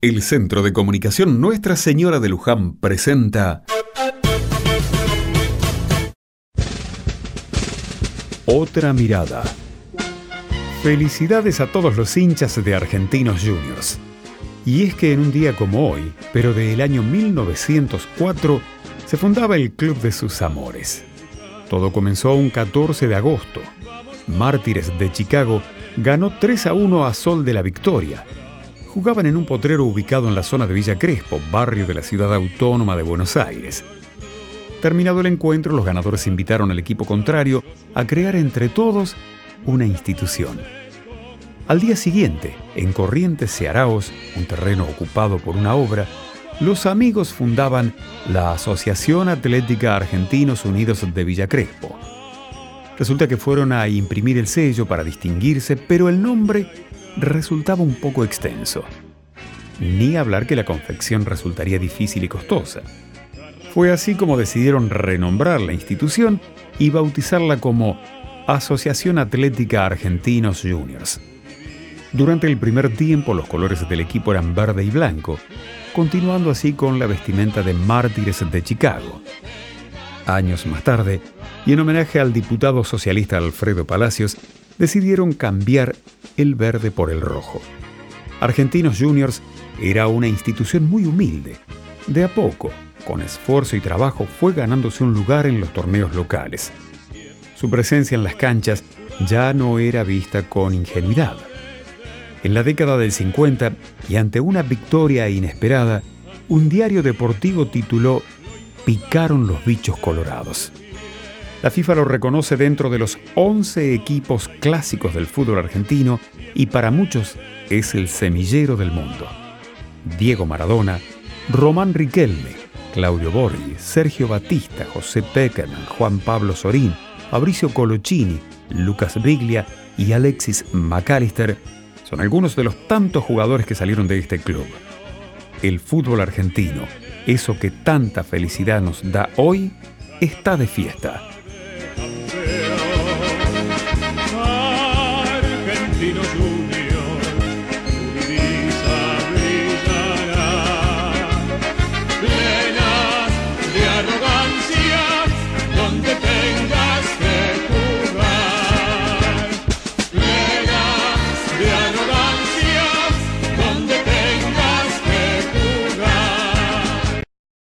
El Centro de Comunicación Nuestra Señora de Luján presenta Otra Mirada. Felicidades a todos los hinchas de Argentinos Juniors. Y es que en un día como hoy, pero del año 1904, se fundaba el club de sus amores. Todo comenzó un 14 de agosto. Mártires de Chicago ganó 3-1 a Sol de la Victoria. Jugaban en un potrero ubicado en la zona de Villa Crespo, barrio de la ciudad autónoma de Buenos Aires. Terminado el encuentro, los ganadores invitaron al equipo contrario a crear entre todos una institución. Al día siguiente, en Corrientes y Araos, un terreno ocupado por una obra, los amigos fundaban la Asociación Atlética Argentinos Unidos de Villa Crespo. Resulta que fueron a imprimir el sello para distinguirse, pero el nombre resultaba un poco extenso. Ni hablar que la confección resultaría difícil y costosa. Fue así como decidieron renombrar la institución y bautizarla como Asociación Atlética Argentinos Juniors. Durante el primer tiempo los colores del equipo eran verde y blanco, continuando así con la vestimenta de Mártires de Chicago. Años más tarde, y en homenaje al diputado socialista Alfredo Palacios, decidieron cambiar el verde por el rojo. Argentinos Juniors era una institución muy humilde. De a poco, con esfuerzo y trabajo, fue ganándose un lugar en los torneos locales. Su presencia en las canchas ya no era vista con ingenuidad. En la década del 50, y ante una victoria inesperada, un diario deportivo tituló «Picaron los bichos colorados». La FIFA lo reconoce dentro de los 11 equipos clásicos del fútbol argentino y para muchos es el semillero del mundo. Diego Maradona, Román Riquelme, Claudio Borghi, Sergio Batista, José Pekerman, Juan Pablo Sorín, Fabricio Coloccini, Lucas Biglia y Alexis McAllister son algunos de los tantos jugadores que salieron de este club. El fútbol argentino, eso que tanta felicidad nos da hoy, está de fiesta. Argentinos Juniors.